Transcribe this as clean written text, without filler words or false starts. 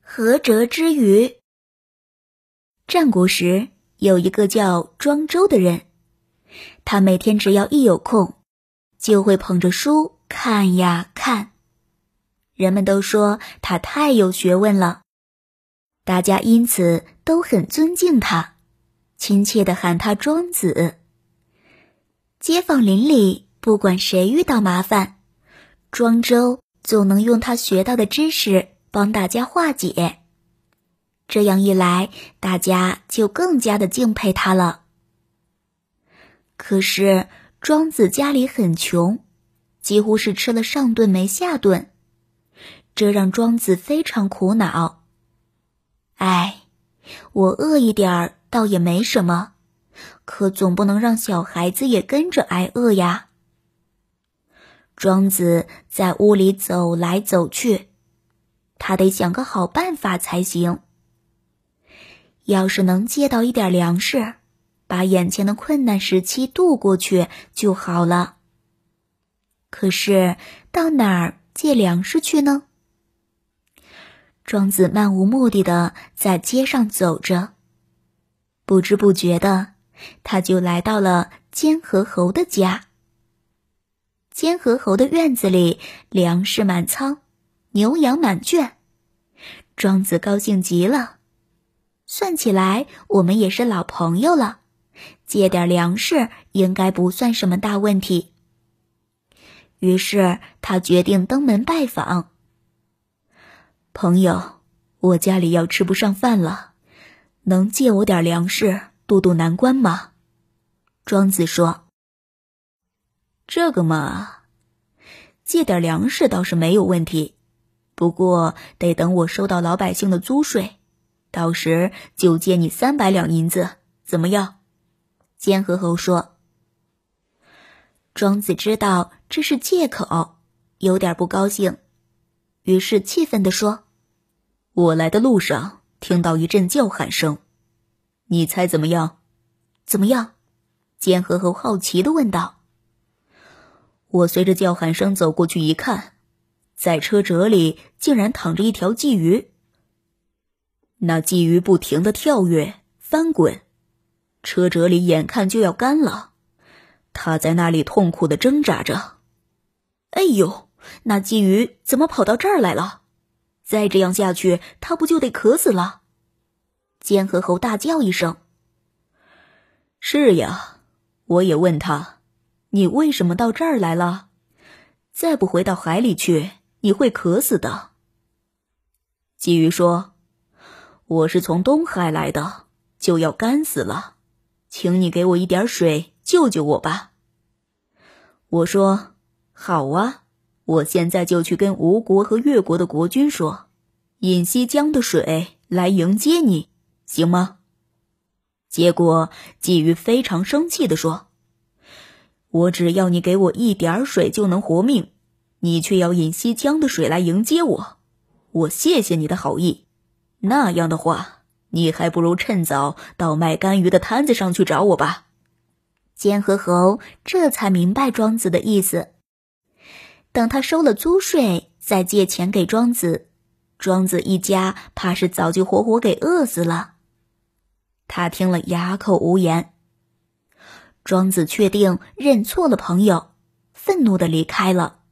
涸辙之鱼。战国时，有一个叫庄周的人，他每天只要一有空，就会捧着书看呀看。人们都说他太有学问了，大家因此都很尊敬他，亲切地喊他庄子。街坊邻里不管谁遇到麻烦，庄周总能用他学到的知识帮大家化解。这样一来，大家就更加的敬佩他了。可是庄子家里很穷，几乎是吃了上顿没下顿，这让庄子非常苦恼。我饿一点儿倒也没什么，可总不能让小孩子也跟着挨饿呀。庄子在屋里走来走去，他得想个好办法才行。要是能借到一点粮食，把眼前的困难时期度过去就好了。可是到哪儿借粮食去呢？庄子漫无目的地在街上走着，不知不觉的，他就来到了监河侯的家。监河侯的院子里粮食满仓，牛羊满圈，庄子高兴极了。算起来我们也是老朋友了，借点粮食应该不算什么大问题。于是他决定登门拜访。朋友，我家里要吃不上饭了，能借我点粮食渡渡难关吗？庄子说。这个嘛，借点粮食倒是没有问题，不过得等我收到老百姓的租税，到时就借你300两银子，怎么样？监河侯说。庄子知道这是借口，有点不高兴，于是气愤地说：我来的路上听到一阵叫喊声，你猜怎么样？怎么样？监河侯好奇地问道。我随着叫喊声走过去一看，在车辙里竟然躺着一条鲫鱼。那鲫鱼不停地跳跃翻滚，车辙里眼看就要干了，它在那里痛苦地挣扎着。哎呦，那鲫鱼怎么跑到这儿来了？再这样下去，它不就得渴死了？监河侯大叫一声。是呀，我也问他，你为什么到这儿来了？再不回到海里去，你会渴死的。鲫鱼说，我是从东海来的，就要干死了，请你给我一点水，救救我吧。我说，好啊，我现在就去跟吴国和越国的国君说，引西江的水来迎接你，行吗？结果鲫鱼非常生气地说，我只要你给我一点水就能活命，你却要引西江的水来迎接我，我谢谢你的好意，那样的话，你还不如趁早到卖干鱼的摊子上去找我吧。监河侯这才明白庄子的意思。等他收了租税，再借钱给庄子，庄子一家怕是早就活活给饿死了。他听了哑口无言。庄子确定认错了朋友，愤怒地离开了。